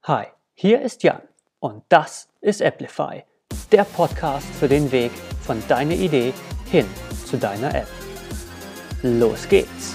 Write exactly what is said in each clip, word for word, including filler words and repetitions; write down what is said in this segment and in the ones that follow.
Hi, hier ist Jan und das ist Applify, der Podcast für den Weg von deiner Idee hin zu deiner App. Los geht's!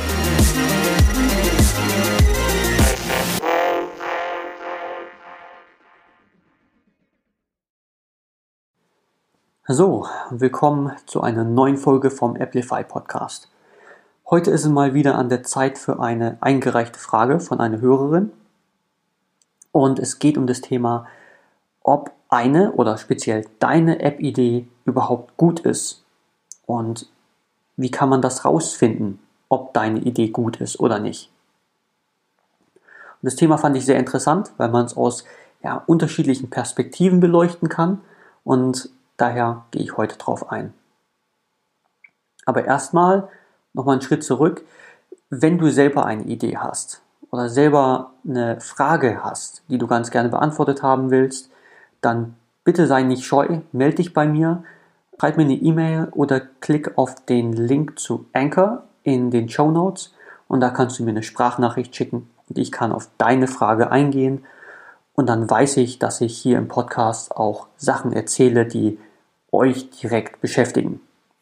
So, willkommen zu einer neuen Folge vom Applify Podcast. Heute ist es mal wieder an der Zeit für eine eingereichte Frage von einer Hörerin. Und es geht um das Thema, ob eine oder speziell deine App-Idee überhaupt gut ist. Und wie kann man das rausfinden, ob deine Idee gut ist oder nicht. Und das Thema fand ich sehr interessant, weil man es aus ja, unterschiedlichen Perspektiven beleuchten kann. Und daher gehe ich heute drauf ein. Aber erstmal nochmal einen Schritt zurück. Wenn du selber eine Idee hast oder selber eine Frage hast, die du ganz gerne beantwortet haben willst, dann bitte sei nicht scheu, melde dich bei mir, schreib mir eine E-Mail oder klick auf den Link zu Anchor in den Shownotes und da kannst du mir eine Sprachnachricht schicken und ich kann auf deine Frage eingehen und dann weiß ich, dass ich hier im Podcast auch Sachen erzähle, die euch direkt beschäftigen.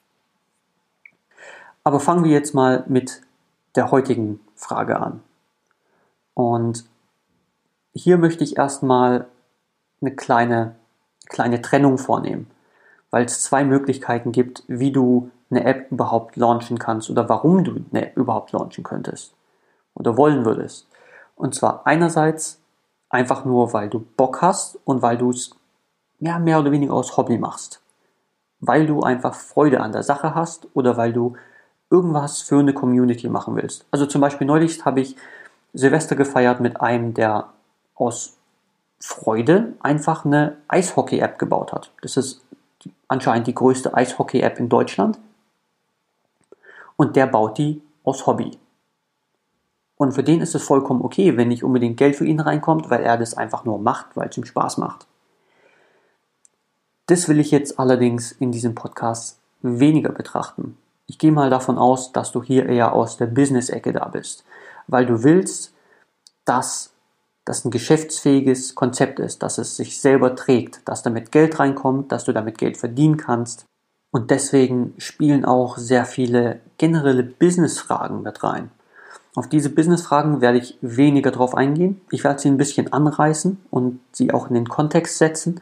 Aber fangen wir jetzt mal mit der heutigen Frage an. Und hier möchte ich erstmal eine kleine, kleine Trennung vornehmen, weil es zwei Möglichkeiten gibt, wie du eine App überhaupt launchen kannst oder warum du eine App überhaupt launchen könntest oder wollen würdest. Und zwar einerseits einfach nur, weil du Bock hast und weil du es ja, mehr oder weniger aus Hobby machst. Weil du einfach Freude an der Sache hast oder weil du irgendwas für eine Community machen willst. Also zum Beispiel neulich habe ich Silvester gefeiert mit einem, der aus Freude einfach eine Eishockey-App gebaut hat. Das ist anscheinend die größte Eishockey-App in Deutschland. Und der baut die aus Hobby. Und für den ist es vollkommen okay, wenn nicht unbedingt Geld für ihn reinkommt, weil er das einfach nur macht, weil es ihm Spaß macht. Das will ich jetzt allerdings in diesem Podcast weniger betrachten. Ich gehe mal davon aus, dass du hier eher aus der Business-Ecke da bist, weil du willst, dass das ein geschäftsfähiges Konzept ist, dass es sich selber trägt, dass damit Geld reinkommt, dass du damit Geld verdienen kannst. Und deswegen spielen auch sehr viele generelle Business-Fragen mit rein. Auf diese Business-Fragen werde ich weniger drauf eingehen. Ich werde sie ein bisschen anreißen und sie auch in den Kontext setzen.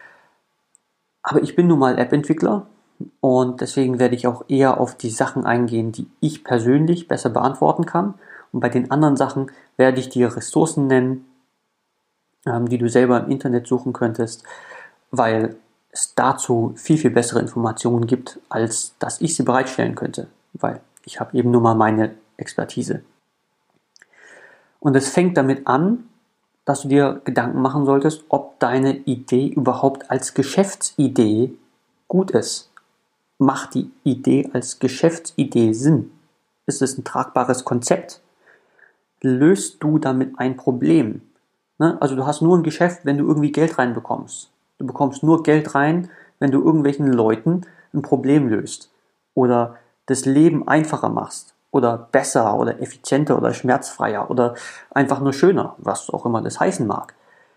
Aber ich bin nun mal App-Entwickler und deswegen werde ich auch eher auf die Sachen eingehen, die ich persönlich besser beantworten kann. Und bei den anderen Sachen werde ich dir Ressourcen nennen, ähm, die du selber im Internet suchen könntest, weil es dazu viel, viel bessere Informationen gibt, als dass ich sie bereitstellen könnte, weil ich habe eben nur mal meine Expertise. Und es fängt damit an, dass du dir Gedanken machen solltest, ob deine Idee überhaupt als Geschäftsidee gut ist. Macht die Idee als Geschäftsidee Sinn? Ist es ein tragbares Konzept? Löst du damit ein Problem? Ne? Also du hast nur ein Geschäft, wenn du irgendwie Geld reinbekommst. Du bekommst nur Geld rein, wenn du irgendwelchen Leuten ein Problem löst oder das Leben einfacher machst oder besser oder effizienter oder schmerzfreier oder einfach nur schöner, was auch immer das heißen mag.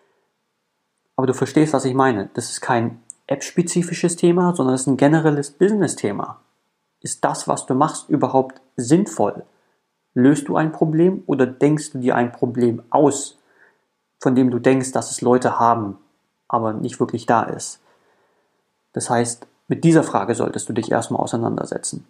Aber du verstehst, was ich meine. Das ist kein App-spezifisches Thema, sondern es ist ein generelles Business-Thema. Ist das, was du machst, überhaupt sinnvoll? Löst du ein Problem oder denkst du dir ein Problem aus, von dem du denkst, dass es Leute haben, aber nicht wirklich da ist? Das heißt, mit dieser Frage solltest du dich erstmal auseinandersetzen.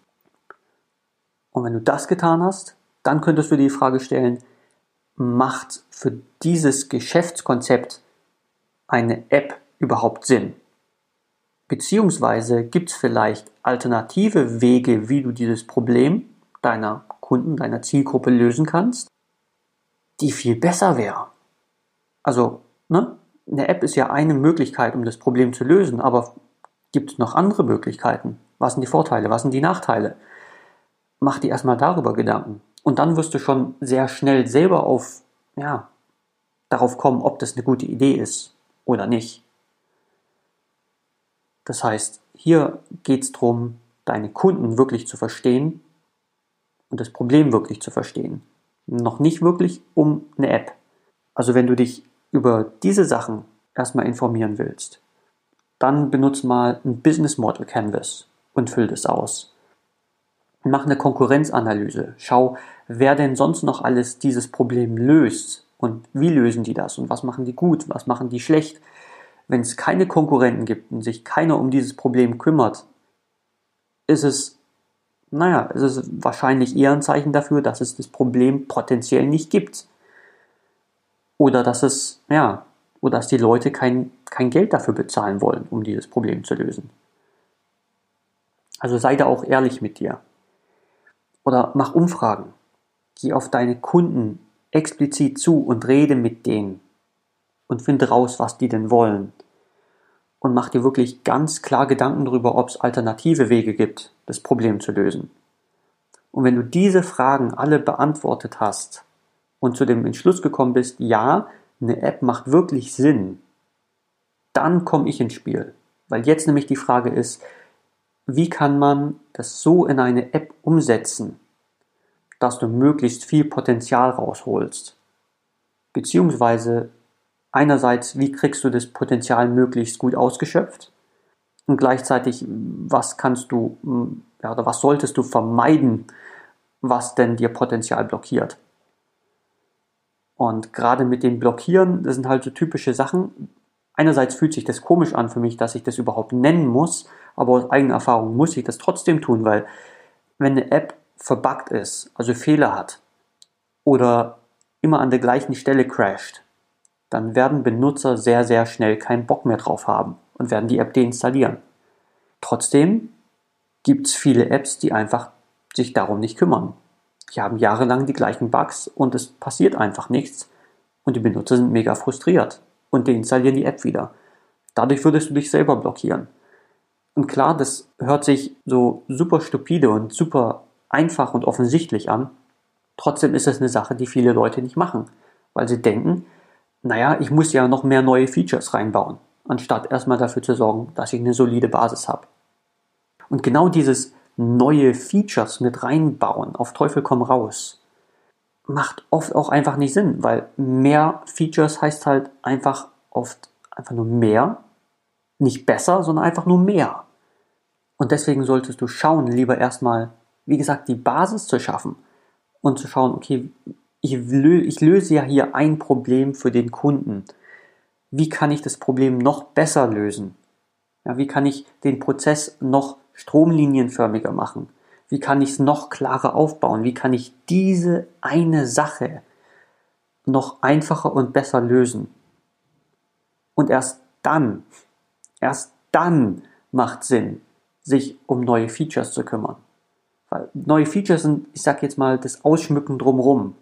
Und wenn du das getan hast, dann könntest du dir die Frage stellen, macht für dieses Geschäftskonzept eine App überhaupt Sinn? Beziehungsweise gibt es vielleicht alternative Wege, wie du dieses Problem deiner Kunden, deiner Zielgruppe lösen kannst, die viel besser wäre. Also, ne? Eine App ist ja eine Möglichkeit, um das Problem zu lösen, aber gibt es noch andere Möglichkeiten? Was sind die Vorteile? Was sind die Nachteile? Mach dir erstmal darüber Gedanken. Und dann wirst du schon sehr schnell selber auf, ja, darauf kommen, ob das eine gute Idee ist oder nicht. Das heißt, hier geht es darum, deine Kunden wirklich zu verstehen und das Problem wirklich zu verstehen. Noch nicht wirklich um eine App. Also wenn du dich über diese Sachen erstmal informieren willst, dann benutze mal ein Business Model Canvas und füll das aus. Mach eine Konkurrenzanalyse. Schau, wer denn sonst noch alles dieses Problem löst und wie lösen die das und was machen die gut, was machen die schlecht. Wenn es keine Konkurrenten gibt und sich keiner um dieses Problem kümmert, ist es, naja, es ist wahrscheinlich eher ein Zeichen dafür, dass es das Problem potenziell nicht gibt. Oder dass es, ja, oder dass die Leute kein, kein Geld dafür bezahlen wollen, um dieses Problem zu lösen. Also sei da auch ehrlich mit dir. Oder mach Umfragen. Geh auf deine Kunden explizit zu und rede mit denen und finde raus, was die denn wollen. Und mach dir wirklich ganz klar Gedanken darüber, ob es alternative Wege gibt, das Problem zu lösen. Und wenn du diese Fragen alle beantwortet hast und zu dem Entschluss gekommen bist, ja, eine App macht wirklich Sinn, dann komme ich ins Spiel. Weil jetzt nämlich die Frage ist, wie kann man das so in eine App umsetzen, dass du möglichst viel Potenzial rausholst? Beziehungsweise einerseits, wie kriegst du das Potenzial möglichst gut ausgeschöpft? Und gleichzeitig, was kannst du, ja, oder was solltest du vermeiden, was denn dir Potenzial blockiert? Und gerade mit dem Blockieren, das sind halt so typische Sachen. Einerseits fühlt sich das komisch an für mich, dass ich das überhaupt nennen muss, aber aus eigener Erfahrung muss ich das trotzdem tun, weil wenn eine App verbuggt ist, also Fehler hat oder immer an der gleichen Stelle crasht, dann werden Benutzer sehr, sehr schnell keinen Bock mehr drauf haben und werden die App deinstallieren. Trotzdem gibt es viele Apps, die einfach sich darum nicht kümmern. Die haben jahrelang die gleichen Bugs und es passiert einfach nichts und die Benutzer sind mega frustriert und deinstallieren die App wieder. Dadurch würdest du dich selber blockieren. Und klar, das hört sich so super stupide und super einfach und offensichtlich an. Trotzdem ist es eine Sache, die viele Leute nicht machen, weil sie denken, naja, ich muss ja noch mehr neue Features reinbauen, anstatt erstmal dafür zu sorgen, dass ich eine solide Basis habe. Und genau dieses neue Features mit reinbauen, auf Teufel komm raus, macht oft auch einfach nicht Sinn, weil mehr Features heißt halt einfach oft einfach nur mehr, nicht besser, sondern einfach nur mehr. Und deswegen solltest du schauen, lieber erstmal, wie gesagt, die Basis zu schaffen und zu schauen, okay, ich, lö- ich löse ja hier ein Problem für den Kunden. Wie kann ich das Problem noch besser lösen? Ja, wie kann ich den Prozess noch stromlinienförmiger machen? Wie kann ich es noch klarer aufbauen? Wie kann ich diese eine Sache noch einfacher und besser lösen? Und erst dann, erst dann macht Sinn, sich um neue Features zu kümmern. Weil neue Features sind, ich sag jetzt mal, das Ausschmücken drumherum.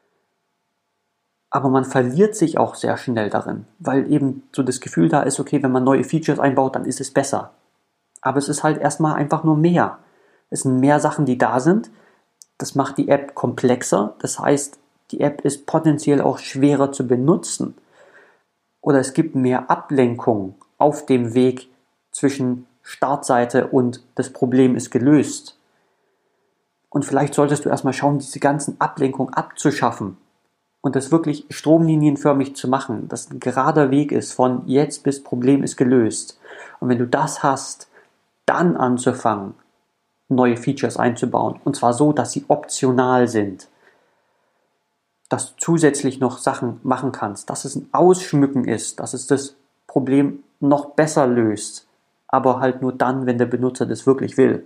Aber man verliert sich auch sehr schnell darin, weil eben so das Gefühl da ist, okay, wenn man neue Features einbaut, dann ist es besser. Aber es ist halt erstmal einfach nur mehr. Es sind mehr Sachen, die da sind. Das macht die App komplexer. Das heißt, die App ist potenziell auch schwerer zu benutzen. Oder es gibt mehr Ablenkung auf dem Weg zwischen Startseite und das Problem ist gelöst. Und vielleicht solltest du erstmal schauen, diese ganzen Ablenkungen abzuschaffen und das wirklich stromlinienförmig zu machen, dass ein gerader Weg ist von jetzt bis Problem ist gelöst. Und wenn du das hast, dann anzufangen, neue Features einzubauen. Und zwar so, dass sie optional sind. Dass du zusätzlich noch Sachen machen kannst, dass es ein Ausschmücken ist, dass es das Problem noch besser löst. Aber halt nur dann, wenn der Benutzer das wirklich will.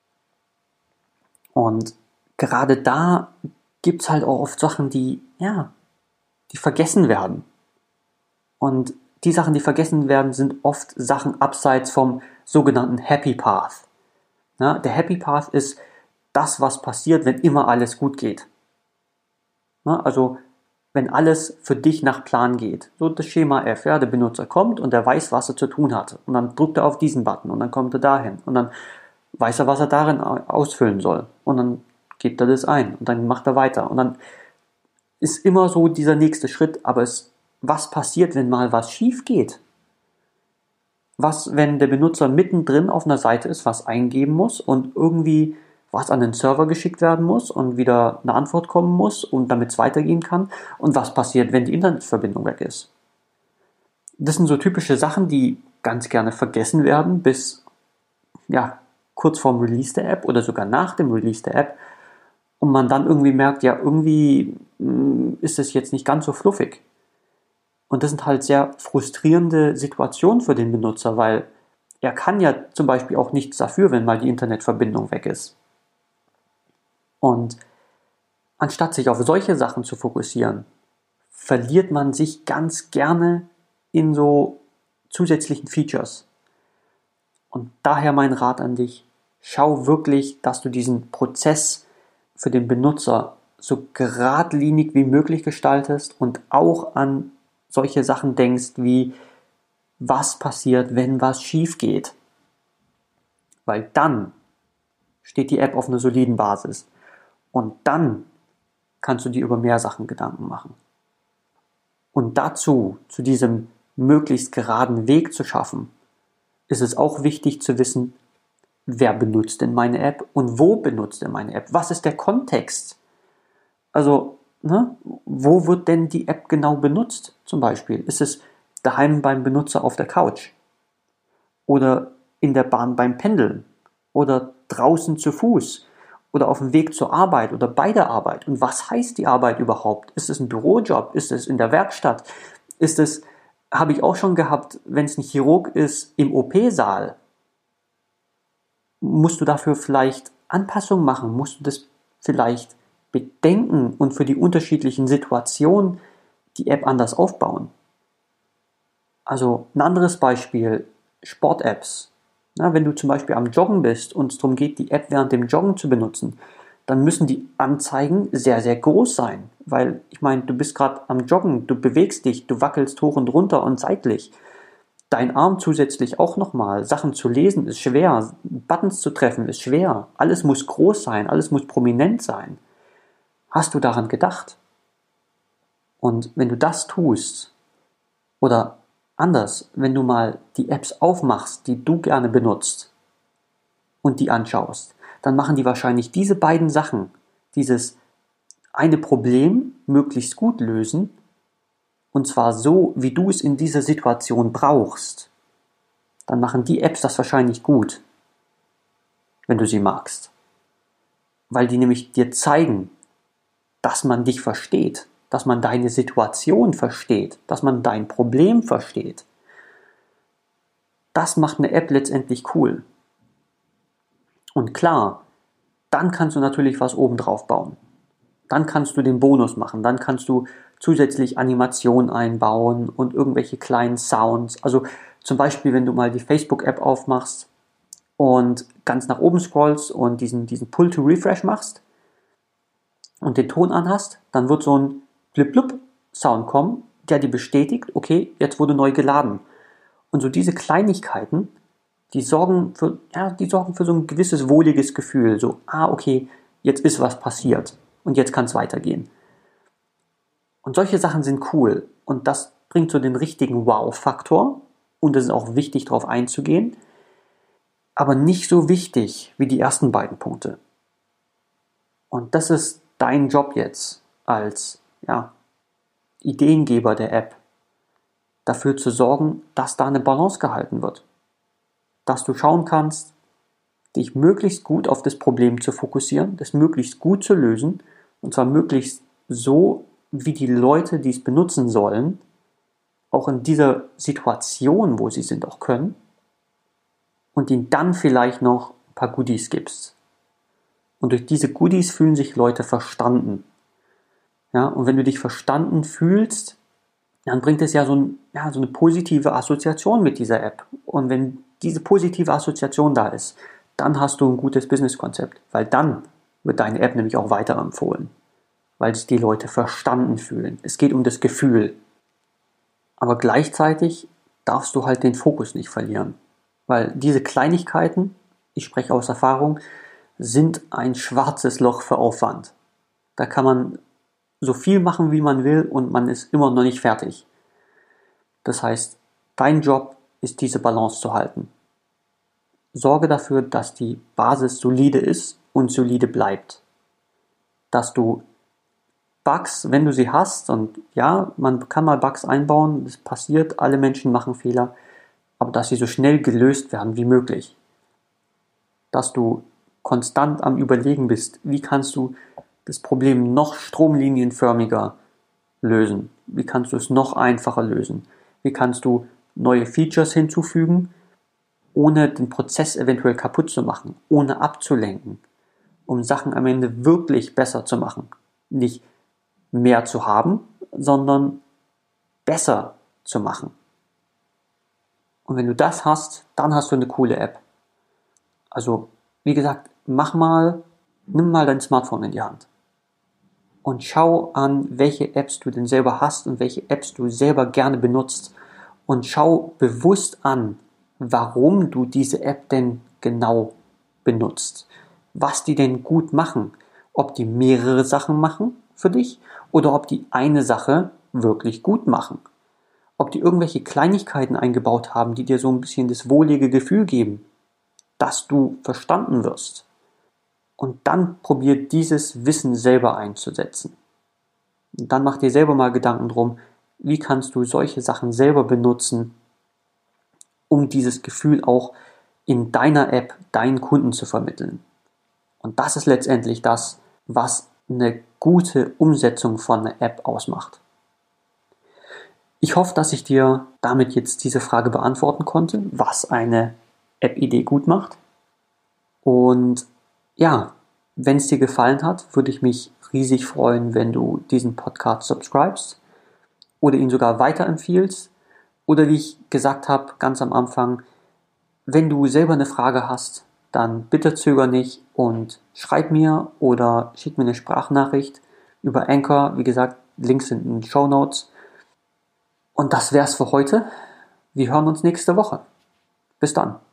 Und gerade da gibt es halt auch oft Sachen, die, ja, die vergessen werden. Und die Sachen, die vergessen werden, sind oft Sachen abseits vom sogenannten Happy Path. Ja, der Happy Path ist das, was passiert, wenn immer alles gut geht. Ja, also wenn alles für dich nach Plan geht. So das Schema F, ja, der Benutzer kommt und er weiß, was er zu tun hat. Und dann drückt er auf diesen Button und dann kommt er dahin. Und dann weiß er, was er darin ausfüllen soll. Und dann gibt er das ein und dann macht er weiter. Und dann ist immer so dieser nächste Schritt, aber es, was passiert, wenn mal was schief geht? Was, wenn der Benutzer mittendrin auf einer Seite ist, was eingeben muss und irgendwie was an den Server geschickt werden muss und wieder eine Antwort kommen muss und damit es weitergehen kann? Und was passiert, wenn die Internetverbindung weg ist? Das sind so typische Sachen, die ganz gerne vergessen werden, bis ja, kurz vorm Release der App oder sogar nach dem Release der App und man dann irgendwie merkt, ja, irgendwie mh, ist es jetzt nicht ganz so fluffig. Und das sind halt sehr frustrierende Situationen für den Benutzer, weil er kann ja zum Beispiel auch nichts dafür, wenn mal die Internetverbindung weg ist. Und anstatt sich auf solche Sachen zu fokussieren, verliert man sich ganz gerne in so zusätzlichen Features. Und daher mein Rat an dich, schau wirklich, dass du diesen Prozess für den Benutzer so geradlinig wie möglich gestaltest und auch an solche Sachen denkst wie, was passiert, wenn was schief geht. Weil dann steht die App auf einer soliden Basis. Und dann kannst du dir über mehr Sachen Gedanken machen. Und dazu, zu diesem möglichst geraden Weg zu schaffen, ist es auch wichtig zu wissen, wer benutzt denn meine App und wo benutzt denn meine App? Was ist der Kontext? Also, ne, wo wird denn die App genau benutzt? Zum Beispiel, ist es daheim beim Benutzer auf der Couch? Oder in der Bahn beim Pendeln? Oder draußen zu Fuß? Oder auf dem Weg zur Arbeit oder bei der Arbeit? Und was heißt die Arbeit überhaupt? Ist es ein Bürojob? Ist es in der Werkstatt? Ist es, habe ich auch schon gehabt, wenn es ein Chirurg ist, im O P-Saal? Musst du dafür vielleicht Anpassungen machen? Musst du das vielleicht bedenken und für die unterschiedlichen Situationen die App anders aufbauen? Also ein anderes Beispiel, Sport-Apps. Na, wenn du zum Beispiel am Joggen bist und es darum geht, die App während dem Joggen zu benutzen, dann müssen die Anzeigen sehr, sehr groß sein. Weil, ich meine, du bist gerade am Joggen, du bewegst dich, du wackelst hoch und runter und seitlich. Dein Arm zusätzlich auch nochmal. Sachen zu lesen ist schwer, Buttons zu treffen ist schwer. Alles muss groß sein, alles muss prominent sein. Hast du daran gedacht? Und wenn du das tust, oder anders, wenn du mal die Apps aufmachst, die du gerne benutzt und die anschaust, dann machen die wahrscheinlich diese beiden Sachen, dieses eine Problem möglichst gut lösen, und zwar so, wie du es in dieser Situation brauchst, dann machen die Apps das wahrscheinlich gut, wenn du sie magst. Weil die nämlich dir zeigen, dass man dich versteht, dass man deine Situation versteht, dass man dein Problem versteht. Das macht eine App letztendlich cool. Und klar, dann kannst du natürlich was obendrauf bauen. Dann kannst du den Bonus machen, dann kannst du zusätzlich Animationen einbauen und irgendwelche kleinen Sounds. Also zum Beispiel, wenn du mal die Facebook-App aufmachst und ganz nach oben scrollst und diesen, diesen Pull-to-Refresh machst und den Ton anhast, dann wird so ein Blip-Blip-Sound kommen, der dir bestätigt, okay, jetzt wurde neu geladen. Und so diese Kleinigkeiten, die sorgen für, ja, die sorgen für so ein gewisses wohliges Gefühl. So, ah, okay, jetzt ist was passiert und jetzt kann es weitergehen. Und solche Sachen sind cool und das bringt so den richtigen Wow-Faktor und es ist auch wichtig, darauf einzugehen, aber nicht so wichtig wie die ersten beiden Punkte. Und das ist dein Job jetzt als ja, Ideengeber der App, dafür zu sorgen, dass da eine Balance gehalten wird. Dass du schauen kannst, dich möglichst gut auf das Problem zu fokussieren, das möglichst gut zu lösen, und zwar möglichst so, wie die Leute, die es benutzen sollen, auch in dieser Situation, wo sie sind, auch können, und ihnen dann vielleicht noch ein paar Goodies gibst. Und durch diese Goodies fühlen sich Leute verstanden. Ja, und wenn du dich verstanden fühlst, dann bringt es ja so, ein, ja so eine positive Assoziation mit dieser App. Und wenn diese positive Assoziation da ist, dann hast du ein gutes Businesskonzept, weil dann wird deine App nämlich auch weiterempfohlen, weil sich die Leute verstanden fühlen. Es geht um das Gefühl. Aber gleichzeitig darfst du halt den Fokus nicht verlieren, weil diese Kleinigkeiten, ich spreche aus Erfahrung, sind ein schwarzes Loch für Aufwand. Da kann man so viel machen, wie man will und man ist immer noch nicht fertig. Das heißt, dein Job ist, diese Balance zu halten. Sorge dafür, dass die Basis solide ist und solide bleibt. Dass du Bugs, wenn du sie hast, und ja, man kann mal Bugs einbauen, das passiert, alle Menschen machen Fehler, aber dass sie so schnell gelöst werden wie möglich. Dass du konstant am Überlegen bist, wie kannst du das Problem noch stromlinienförmiger lösen? Wie kannst du es noch einfacher lösen? Wie kannst du neue Features hinzufügen, ohne den Prozess eventuell kaputt zu machen, ohne abzulenken, um Sachen am Ende wirklich besser zu machen? Nicht mehr zu haben, sondern besser zu machen. Und wenn du das hast, dann hast du eine coole App. Also, wie gesagt, mach mal, nimm mal dein Smartphone in die Hand und schau an, welche Apps du denn selber hast und welche Apps du selber gerne benutzt, und schau bewusst an, warum du diese App denn genau benutzt, was die denn gut machen, ob die mehrere Sachen machen für dich oder ob die eine Sache wirklich gut machen, ob die irgendwelche Kleinigkeiten eingebaut haben, die dir so ein bisschen das wohlige Gefühl geben, dass du verstanden wirst. Und dann probier dieses Wissen selber einzusetzen. Und dann mach dir selber mal Gedanken drum, wie kannst du solche Sachen selber benutzen, um dieses Gefühl auch in deiner App deinen Kunden zu vermitteln. Und das ist letztendlich das, was eine gute Umsetzung von einer App ausmacht. Ich hoffe, dass ich dir damit jetzt diese Frage beantworten konnte, was eine App-Idee gut macht. Und ja, wenn es dir gefallen hat, würde ich mich riesig freuen, wenn du diesen Podcast subscribest oder ihn sogar weiterempfiehlst. Oder wie ich gesagt habe, ganz am Anfang, wenn du selber eine Frage hast, dann bitte zöger nicht und schreib mir oder schick mir eine Sprachnachricht über Anchor. Wie gesagt, Links sind in den Shownotes. Und das wär's für heute. Wir hören uns nächste Woche. Bis dann.